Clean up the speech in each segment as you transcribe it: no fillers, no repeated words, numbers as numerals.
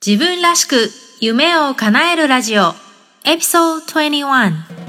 自分らしく夢を叶えるラジオエピソード21。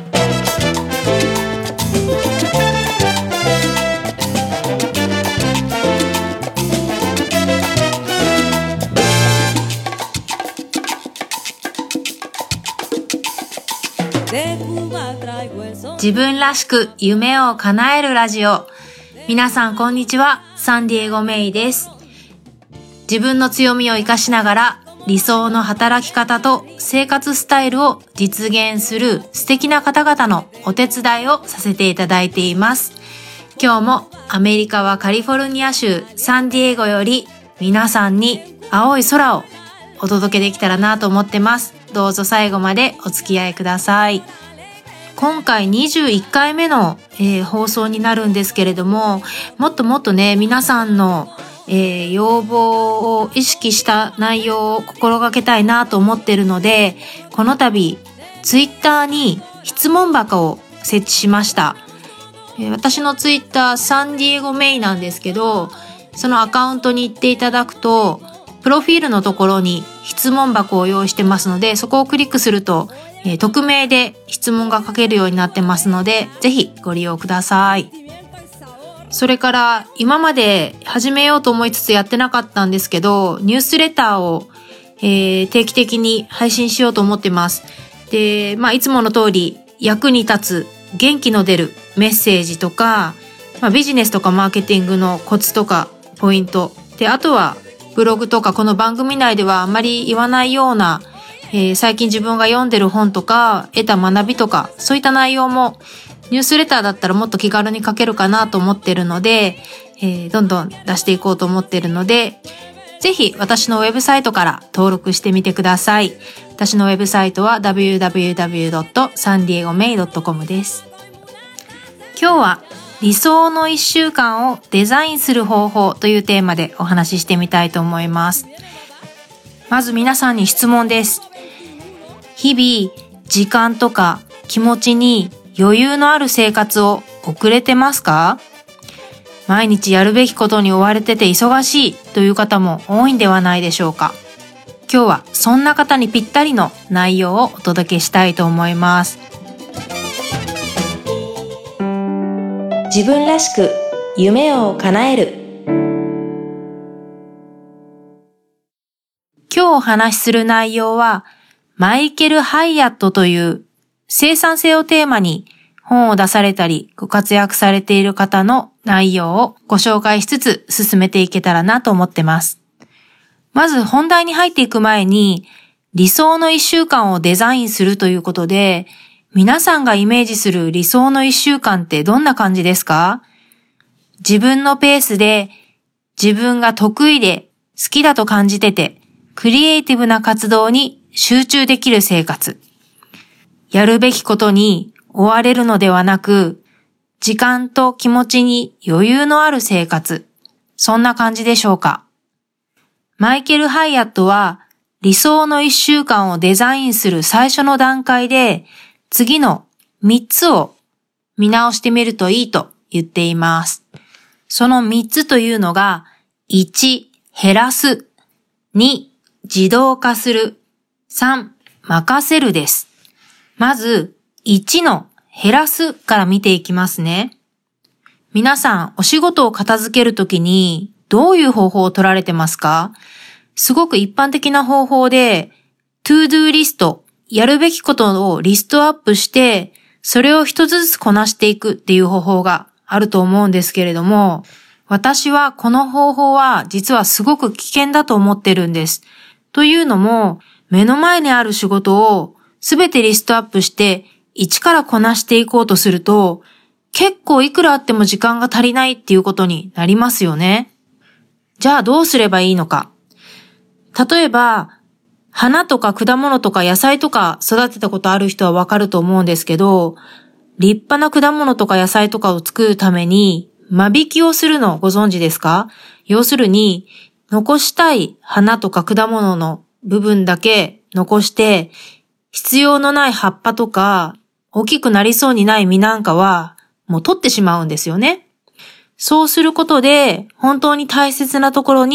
自分らしく夢を叶えるラジオ。皆さんこんにちは、サンディエゴメイです。自分の強みを生かしながら理想の働き方と生活スタイルを実現する素敵な方々のお手伝いをさせていただいています。今日もアメリカはカリフォルニア州サンディエゴより皆さんに青い空をお届けできたらなと思ってます。どうぞ最後までお付き合いください。今回21回目の、放送になるんですけれども、もっともっとね、皆さんの要望を意識した内容を心がけたいなと思っているので、この度ツイッターに質問箱を設置しました。私のツイッターサンディエゴメイなんですけど、そのアカウントに行っていただくとプロフィールのところに質問箱を用意してますので、そこをクリックすると、匿名で質問が書けるようになってますので、ぜひご利用ください。それから今まで始めようと思いつつやってなかったんですけど、ニュースレターを、定期的に配信しようと思ってます。で、いつもの通り役に立つ元気の出るメッセージとか、ビジネスとかマーケティングのコツとかポイントで、あとはブログとかこの番組内ではあまり言わないような、最近自分が読んでる本とか得た学びとか、そういった内容もニュースレターだったらもっと気軽に書けるかなと思ってるので、どんどん出していこうと思ってるので、ぜひ私のウェブサイトから登録してみてください。私のウェブサイトは www.sandiegomei.com です。今日は理想の1週間をデザインする方法というテーマでお話ししてみたいと思います。まず皆さんに質問です。日々時間とか気持ちに余裕のある生活を送れてますか？毎日やるべきことに追われてて忙しいという方も多いんではないでしょうか。今日はそんな方にぴったりの内容をお届けしたいと思います。自分らしく夢を叶える。今日お話しする内容は、マイケル・ハイアットという生産性をテーマに本を出されたりご活躍されている方の内容をご紹介しつつ進めていけたらなと思ってます。まず本題に入っていく前に、理想の1週間をデザインするということで、皆さんがイメージする理想の1週間ってどんな感じですか？自分のペースで、自分が得意で好きだと感じてて、クリエイティブな活動に集中できる生活。やるべきことに追われるのではなく、時間と気持ちに余裕のある生活。そんな感じでしょうか。マイケル・ハイアットは理想の1週間をデザインする最初の段階で、次の3つを見直してみるといいと言っています。その3つというのが、1、減らす。2、自動化する。3、任せるです。まず、1の減らすから見ていきますね。皆さん、お仕事を片付けるときに、どういう方法を取られてますか？すごく一般的な方法で、To-Do リスト、やるべきことをリストアップして、それを一つずつこなしていくっていう方法があると思うんですけれども、私はこの方法は実はすごく危険だと思ってるんです。というのも、目の前にある仕事をすべてリストアップして一からこなしていこうとすると、結構いくらあっても時間が足りないっていうことになりますよね。じゃあどうすればいいのか。例えば、花とか果物とか野菜とか育てたことある人はわかると思うんですけど、立派な果物とか野菜とかを作るために間引きをするのご存知ですか？要するに、残したい花とか果物の部分だけ残して、必要のない葉っぱとか大きくなりそうにない実なんかはもう取ってしまうんですよね。そうすることで本当に大切なところに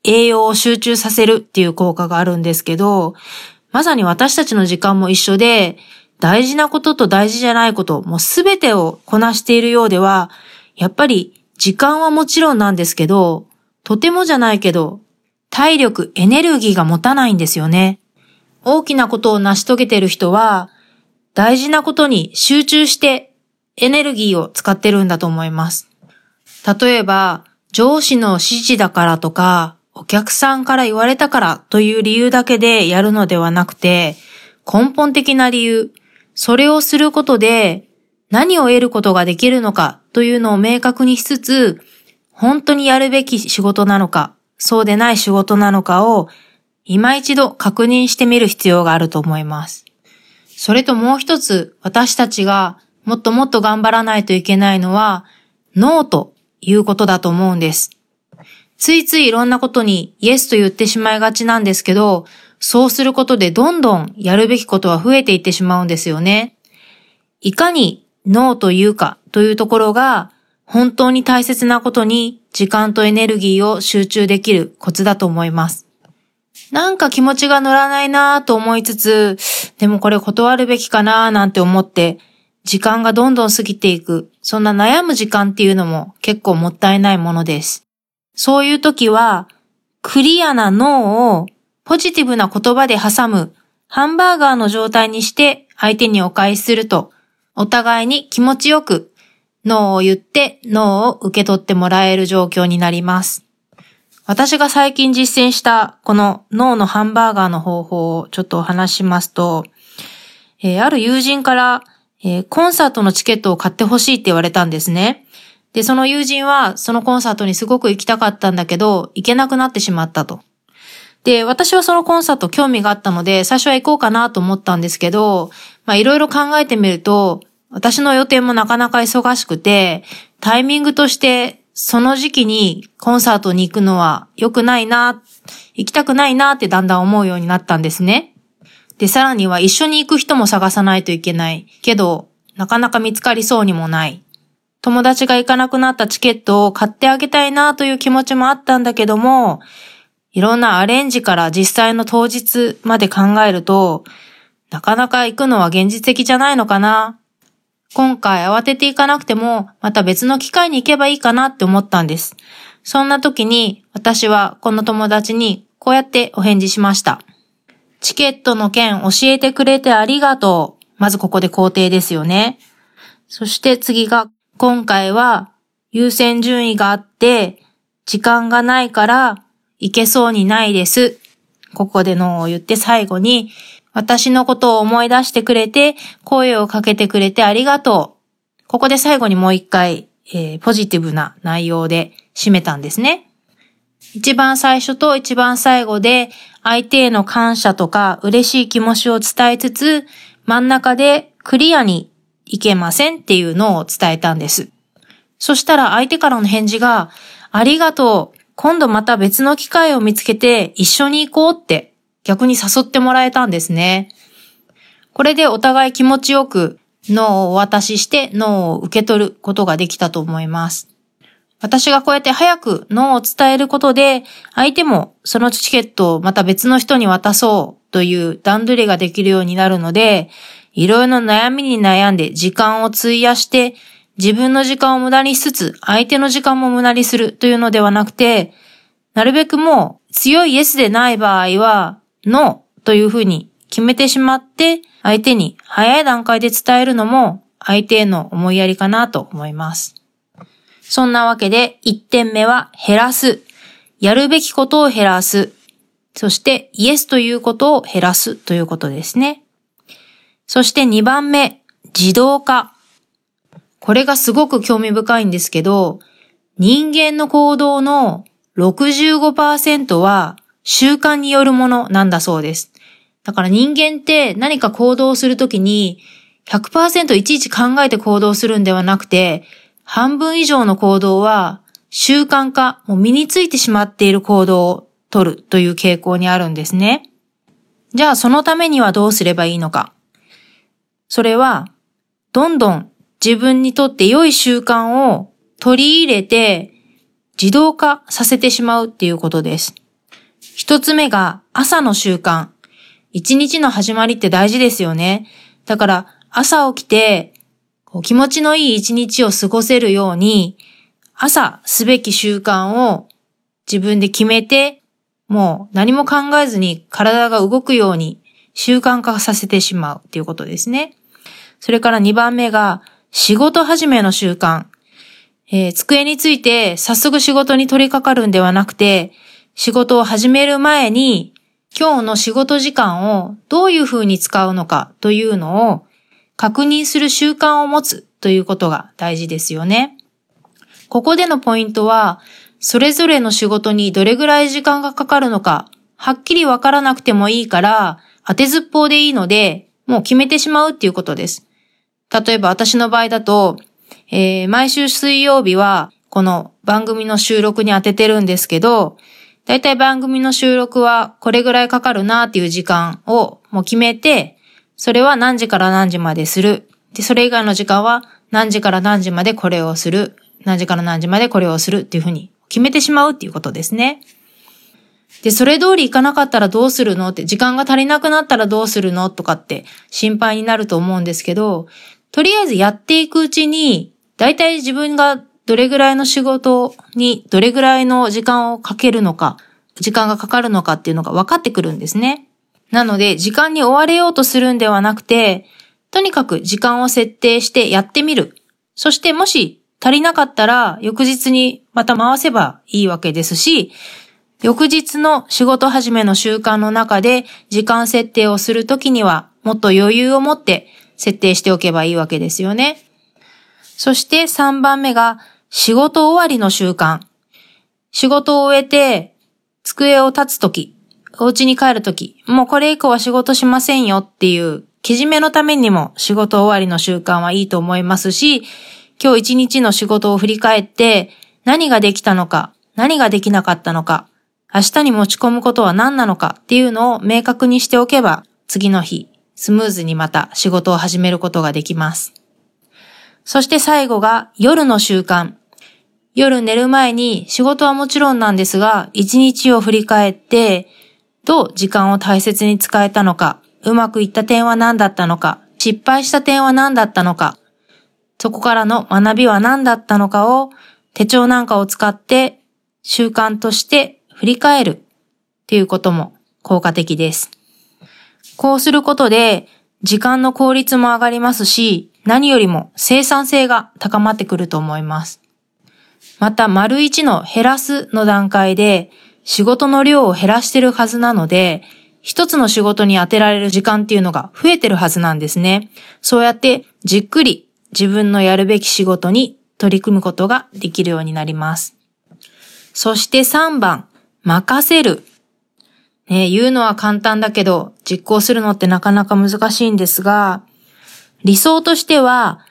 栄養を集中させるっていう効果があるんですけど、まさに私たちの時間も一緒で、大事なことと大事じゃないこと、もうすべてをこなしているようでは、やっぱり時間はもちろんなんですけど、とてもじゃないけど、体力、エネルギーが持たないんですよね。大きなことを成し遂げている人は、大事なことに集中してエネルギーを使ってるんだと思います。例えば、上司の指示だからとか、お客さんから言われたからという理由だけでやるのではなくて、根本的な理由、それをすることで何を得ることができるのかというのを明確にしつつ、本当にやるべき仕事なのか、そうでない仕事なのかを今一度確認してみる必要があると思います。それともう一つ、私たちがもっともっと頑張らないといけないのは、ノーということだと思うんです。ついついいろんなことにイエスと言ってしまいがちなんですけど、そうすることでどんどんやるべきことは増えていってしまうんですよね。いかにノーというかというところが本当に大切なことに時間とエネルギーを集中できるコツだと思います。なんか気持ちが乗らないなぁと思いつつ、でもこれ断るべきかなぁなんて思って時間がどんどん過ぎていく、そんな悩む時間っていうのも結構もったいないものです。そういう時はクリアなノーをポジティブな言葉で挟むハンバーガーの状態にして相手にお返しすると、お互いに気持ちよくノーを言ってノーを受け取ってもらえる状況になります。私が最近実践したこのノーのハンバーガーの方法をちょっとお話ししますと、ある友人から、コンサートのチケットを買ってほしいって言われたんですね。で、その友人はそのコンサートにすごく行きたかったんだけど、行けなくなってしまったと。で、私はそのコンサート興味があったので、最初は行こうかなと思ったんですけど、いろいろ考えてみると、私の予定もなかなか忙しくて、タイミングとしてその時期にコンサートに行くのは良くないな、行きたくないなってだんだん思うようになったんですね。で、さらには一緒に行く人も探さないといけないけど、なかなか見つかりそうにもない。友達が行かなくなったチケットを買ってあげたいなという気持ちもあったんだけども、いろんなアレンジから実際の当日まで考えると、なかなか行くのは現実的じゃないのかな。今回慌てていかなくても、また別の機会に行けばいいかなって思ったんです。そんな時に、私はこの友達にこうやってお返事しました。チケットの件教えてくれてありがとう。まずここで肯定ですよね。そして次が、今回は優先順位があって、時間がないから行けそうにないです。ここでのを言って最後に、私のことを思い出してくれて、声をかけてくれてありがとう。ここで最後にもう一回、ポジティブな内容で締めたんですね。一番最初と一番最後で、相手への感謝とか嬉しい気持ちを伝えつつ、真ん中でクリアにいけませんっていうのを伝えたんです。そしたら相手からの返事が、ありがとう。今度また別の機会を見つけて一緒に行こうって逆に誘ってもらえたんですね。これでお互い気持ちよくノーをお渡ししてノーを受け取ることができたと思います。私がこうやって早くノーを伝えることで相手もそのチケットをまた別の人に渡そうという段取りができるようになるので、いろいろ悩みに悩んで時間を費やして自分の時間を無駄にしつつ相手の時間も無駄にするというのではなくて、なるべくもう強いイエスでない場合はノーというふうに決めてしまって相手に早い段階で伝えるのも相手への思いやりかなと思います。そんなわけで1点目は減らす。やるべきことを減らす。そしてイエスということを減らすということですね。そして2番目、自動化。これがすごく興味深いんですけど、人間の行動の 65% は習慣によるものなんだそうです。だから人間って何か行動するときに 100% いちいち考えて行動するんではなくて、半分以上の行動は習慣化、もう身についてしまっている行動を取るという傾向にあるんですね。じゃあそのためにはどうすればいいのか。それは、どんどん自分にとって良い習慣を取り入れて自動化させてしまうっていうことです。 一つ目が朝の習慣。一日の始まりって大事ですよね。だから朝起きて気持ちのいい一日を過ごせるように、朝すべき習慣を自分で決めて、もう何も考えずに体が動くように習慣化させてしまうっていうことですね。それから2番目が仕事始めの習慣。机について早速仕事に取り掛かるんではなくて、仕事を始める前に今日の仕事時間をどういうふうに使うのかというのを確認する習慣を持つということが大事ですよね。ここでのポイントは、それぞれの仕事にどれぐらい時間がかかるのか、はっきりわからなくてもいいから、当てずっぽうでいいので、もう決めてしまうっていうことです。例えば私の場合だと、毎週水曜日はこの番組の収録に当ててるんですけど、だいたい番組の収録はこれぐらいかかるなっていう時間をもう決めて、それは何時から何時までする。で、それ以外の時間は何時から何時までこれをする。何時から何時までこれをするっていうふうに決めてしまうっていうことですね。で、それ通りいかなかったらどうするのって、時間が足りなくなったらどうするのとかって心配になると思うんですけど、とりあえずやっていくうちに、だいたい自分がどれぐらいの仕事にどれぐらいの時間をかけるのか、時間がかかるのかっていうのが分かってくるんですね。なので、時間に追われようとするんではなくて、とにかく時間を設定してやってみる。そしてもし足りなかったら、翌日にまた回せばいいわけですし、翌日の仕事始めの習慣の中で時間設定をするときには、もっと余裕を持って設定しておけばいいわけですよね。そして3番目が、仕事終わりの習慣。仕事を終えて、机を立つとき、お家に帰るとき、もうこれ以降は仕事しませんよっていうけじめのためにも仕事終わりの習慣はいいと思いますし、今日一日の仕事を振り返って何ができたのか、何ができなかったのか、明日に持ち込むことは何なのかっていうのを明確にしておけば、次の日、スムーズにまた仕事を始めることができます。そして最後が夜の習慣。夜寝る前に仕事はもちろんなんですが、一日を振り返って、どう時間を大切に使えたのか、うまくいった点は何だったのか、失敗した点は何だったのか、そこからの学びは何だったのかを手帳なんかを使って習慣として振り返るっていうことも効果的です。こうすることで時間の効率も上がりますし、何よりも生産性が高まってくると思います。また、1の減らすの段階で仕事の量を減らしてるはずなので、一つの仕事に当てられる時間っていうのが増えてるはずなんですね。そうやってじっくり自分のやるべき仕事に取り組むことができるようになります。そして3番、任せる。言うのは簡単だけど、実行するのってなかなか難しいんですが、理想としては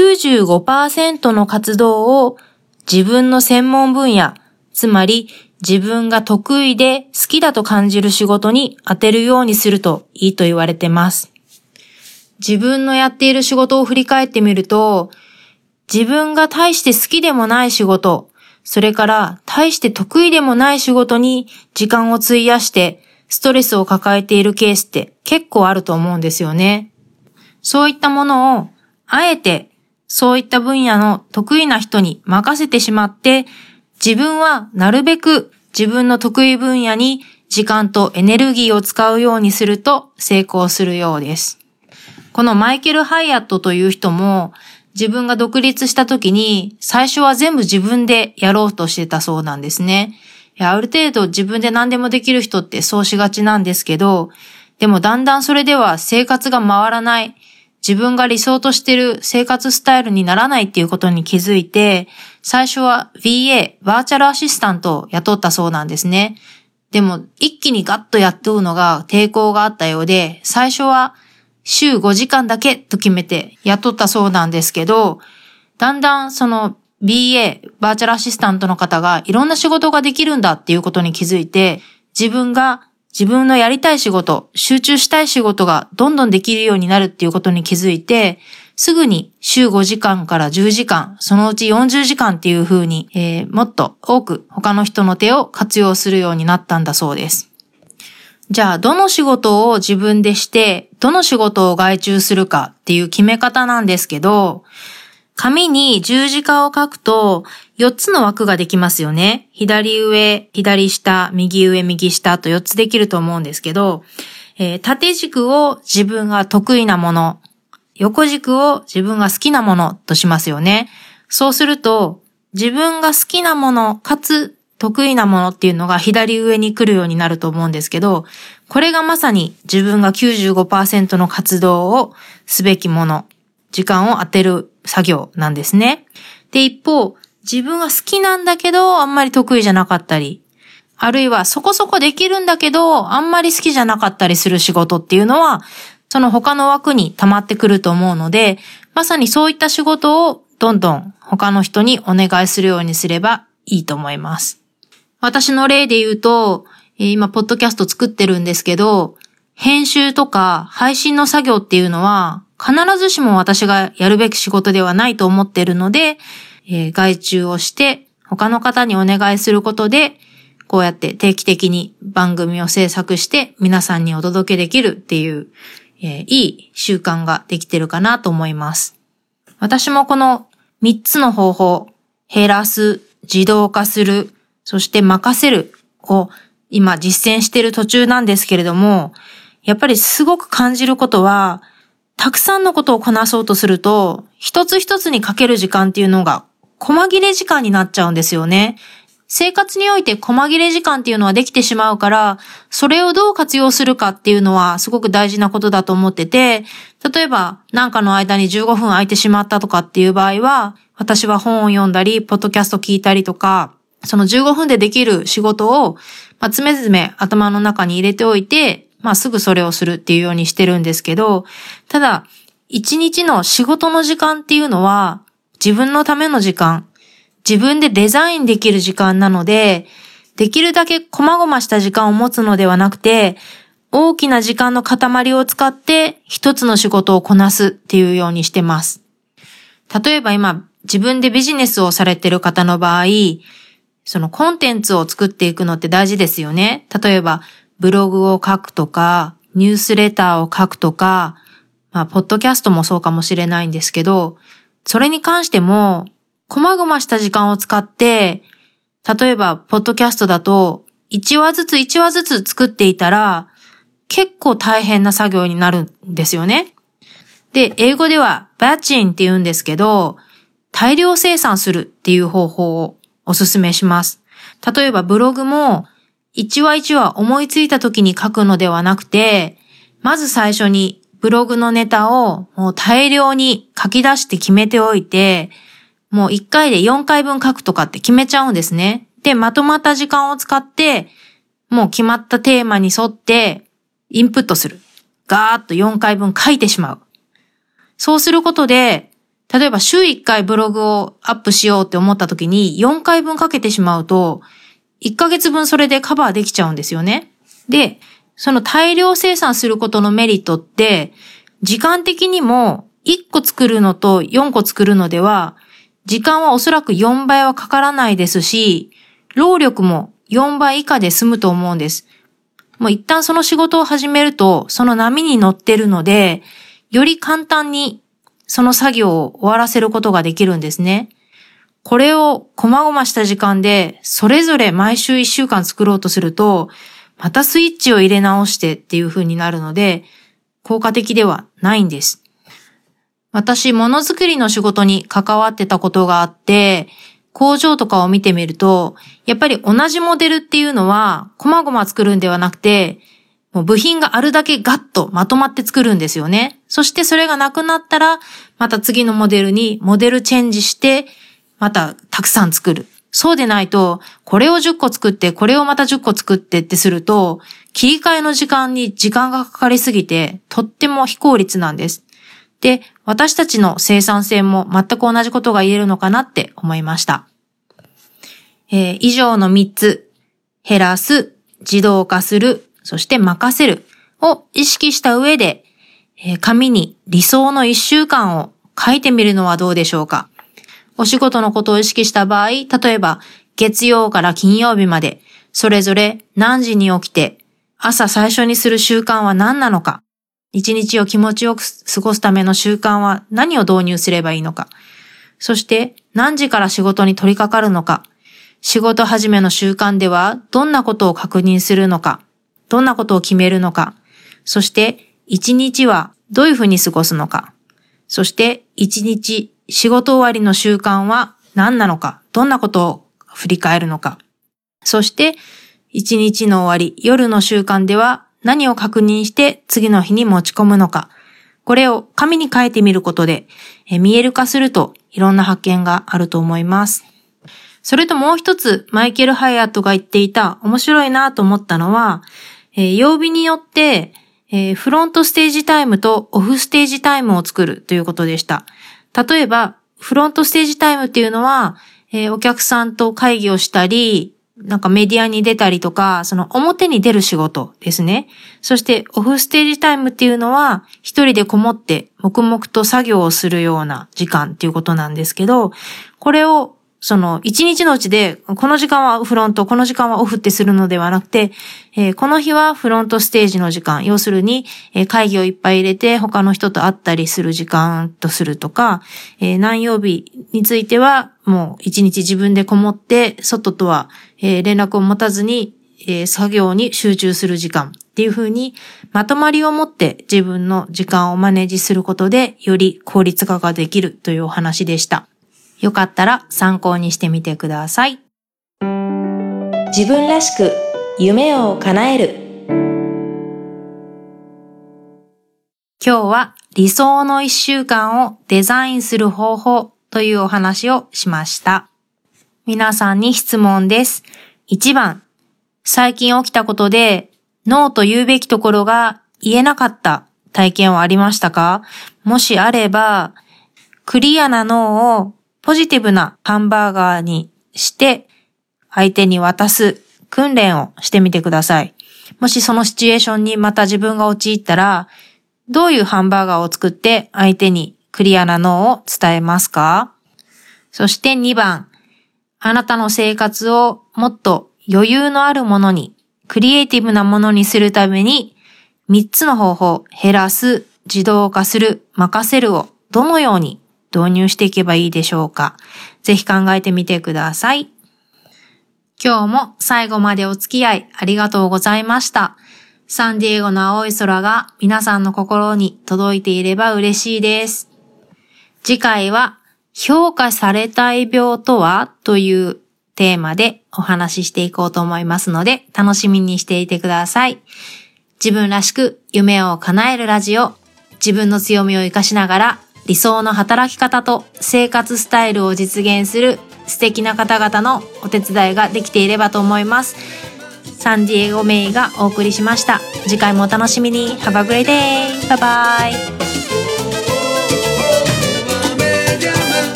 95% の活動を自分の専門分野、つまり自分が得意で好きだと感じる仕事に当てるようにするといいと言われてます。自分のやっている仕事を振り返ってみると、自分が大して好きでもない仕事、それから大して得意でもない仕事に時間を費やしてストレスを抱えているケースって結構あると思うんですよね。そういったものをあえてそういった分野の得意な人に任せてしまって、自分はなるべく自分の得意分野に時間とエネルギーを使うようにすると成功するようです。このマイケル・ハイアットという人も自分が独立した時に最初は全部自分でやろうとしてたそうなんですね。ある程度自分で何でもできる人ってそうしがちなんですけど、でもだんだんそれでは生活が回らない、自分が理想としている生活スタイルにならないっていうことに気づいて、最初は VA、バーチャルアシスタントを雇ったそうなんですね。でも一気にガッと雇うのが抵抗があったようで、最初は週5時間だけと決めて雇ったそうなんですけど、だんだんその BA、バーチャルアシスタントの方がいろんな仕事ができるんだっていうことに気づいて、自分のやりたい仕事、集中したい仕事がどんどんできるようになるっていうことに気づいて、 すぐに週5時間から10時間、そのうち40時間っていう風に、もっと多く他の人の手を活用するようになったんだそうです。じゃあ、どの仕事を自分でして、どの仕事を外注するかっていう決め方なんですけど、紙に十字架を書くと4つの枠ができますよね。左上、左下、右上、右下と4つできると思うんですけど、縦軸を自分が得意なもの、横軸を自分が好きなものとしますよね。そうすると、自分が好きなものかつ得意なものっていうのが左上に来るようになると思うんですけど、これがまさに自分が 95% の活動をすべきもの、時間を当てる作業なんですね。で、一方、自分が好きなんだけどあんまり得意じゃなかったり、あるいはそこそこできるんだけどあんまり好きじゃなかったりする仕事っていうのは、その他の枠に溜まってくると思うので、まさにそういった仕事をどんどん他の人にお願いするようにすればいいと思います。私の例で言うと、今ポッドキャスト作ってるんですけど、編集とか配信の作業っていうのは必ずしも私がやるべき仕事ではないと思っているので、外注をして他の方にお願いすることで、こうやって定期的に番組を制作して皆さんにお届けできるっていう、いい習慣ができてるかなと思います。私もこの3つの方法、減らす、自動化する、そして任せるを今実践している途中なんですけれども、やっぱりすごく感じることは、たくさんのことをこなそうとすると、一つ一つにかける時間っていうのが細切れ時間になっちゃうんですよね。生活において細切れ時間っていうのはできてしまうから、それをどう活用するかっていうのはすごく大事なことだと思ってて、例えば何かの間に15分空いてしまったとかっていう場合は、私は本を読んだり、ポッドキャスト聞いたりとか、その15分でできる仕事を、常々頭の中に入れておいて、すぐそれをするっていうようにしてるんですけど、ただ、一日の仕事の時間っていうのは、自分のための時間、自分でデザインできる時間なので、できるだけ細々した時間を持つのではなくて、大きな時間の塊を使って一つの仕事をこなすっていうようにしてます。例えば今、自分でビジネスをされている方の場合、そのコンテンツを作っていくのって大事ですよね。例えば、ブログを書くとか、ニュースレターを書くとか、ポッドキャストもそうかもしれないんですけど、それに関しても、細々した時間を使って、例えば、ポッドキャストだと、1話ずつ作っていたら、結構大変な作業になるんですよね。で、英語では、バッチンって言うんですけど、大量生産するっていう方法をお勧めします。例えば、ブログも、1話1話思いついた時に書くのではなくて、まず最初にブログのネタをもう大量に書き出して決めておいて、もう1回で4回分書くとかって決めちゃうんですね。で、まとまった時間を使って、もう決まったテーマに沿ってインプットする。ガーッと4回分書いてしまう。そうすることで、例えば週1回ブログをアップしようって思った時に4回分かけてしまうと、1ヶ月分それでカバーできちゃうんですよね。で、その大量生産することのメリットって、時間的にも1個作るのと4個作るのでは、時間はおそらく4倍はかからないですし、労力も4倍以下で済むと思うんです。もう一旦その仕事を始めると、その波に乗ってるので、より簡単にその作業を終わらせることができるんですね。これを細々した時間で、それぞれ毎週1週間作ろうとすると、またスイッチを入れ直してっていう風になるので、効果的ではないんです。私、ものづくりの仕事に関わってたことがあって、工場とかを見てみると、やっぱり同じモデルっていうのは、細々作るんではなくて、もう部品があるだけガッとまとまって作るんですよね。そしてそれがなくなったら、また次のモデルにモデルチェンジして、またたくさん作る。そうでないと、これを10個作って、これをまた10個作ってってすると、切り替えの時間に時間がかかりすぎて、とっても非効率なんです。で、私たちの生産性も全く同じことが言えるのかなって思いました。以上の3つ、減らす、自動化する、そして任せるを意識した上で、紙に理想の1週間を書いてみるのはどうでしょうか。お仕事のことを意識した場合、例えば月曜から金曜日まで、それぞれ何時に起きて、朝最初にする習慣は何なのか、一日を気持ちよく過ごすための習慣は何を導入すればいいのか、そして何時から仕事に取り掛かるのか、仕事始めの習慣ではどんなことを確認するのか、どんなことを決めるのか、そして一日はどういうふうに過ごすのか、そして一日仕事終わりの習慣は何なのか、どんなことを振り返るのか、そして一日の終わり、夜の習慣では何を確認して次の日に持ち込むのか、これを紙に書いてみることで見える化するといろんな発見があると思います。それともう一つマイケル・ハイアットが言っていた面白いなと思ったのは、曜日によってフロントステージタイムとオフステージタイムを作るということでした。例えばフロントステージタイムっていうのは、お客さんと会議をしたり、なんかメディアに出たりとか、その表に出る仕事ですね。そしてオフステージタイムっていうのは一人でこもって黙々と作業をするような時間っていうことなんですけど、これをその一日のうちでこの時間はフロント、この時間はオフってするのではなくて、この日はフロントステージの時間、要するに会議をいっぱい入れて他の人と会ったりする時間とするとか、何曜日についてはもう一日自分でこもって外とは連絡を持たずに作業に集中する時間っていう風にまとまりを持って自分の時間をマネージすることでより効率化ができるというお話でした。よかったら参考にしてみてください。自分らしく夢を叶える。今日は理想の1週間をデザインする方法というお話をしました。皆さんに質問です。1番、最近起きたことでノーと言うべきところが言えなかった体験はありましたか？もしあれば、クリアなノーをポジティブなハンバーガーにして相手に渡す訓練をしてみてください。もしそのシチュエーションにまた自分が陥ったら、どういうハンバーガーを作って相手にクリアなノーを伝えますか？そして2番、あなたの生活をもっと余裕のあるものに、クリエイティブなものにするために3つの方法、減らす、自動化する、任せるをどのように導入していけばいいでしょうか。ぜひ考えてみてください。今日も最後までお付き合いありがとうございました。サンディエゴの青い空が皆さんの心に届いていれば嬉しいです。次回は評価されたい病とはというテーマでお話ししていこうと思いますので楽しみにしていてください。自分らしく夢を叶えるラジオ、自分の強みを生かしながら理想の働き方と生活スタイルを実現する素敵な方々のお手伝いができていればと思います。サンディエゴメイがお送りしました。次回もお楽しみに。Have a great day! Bye bye!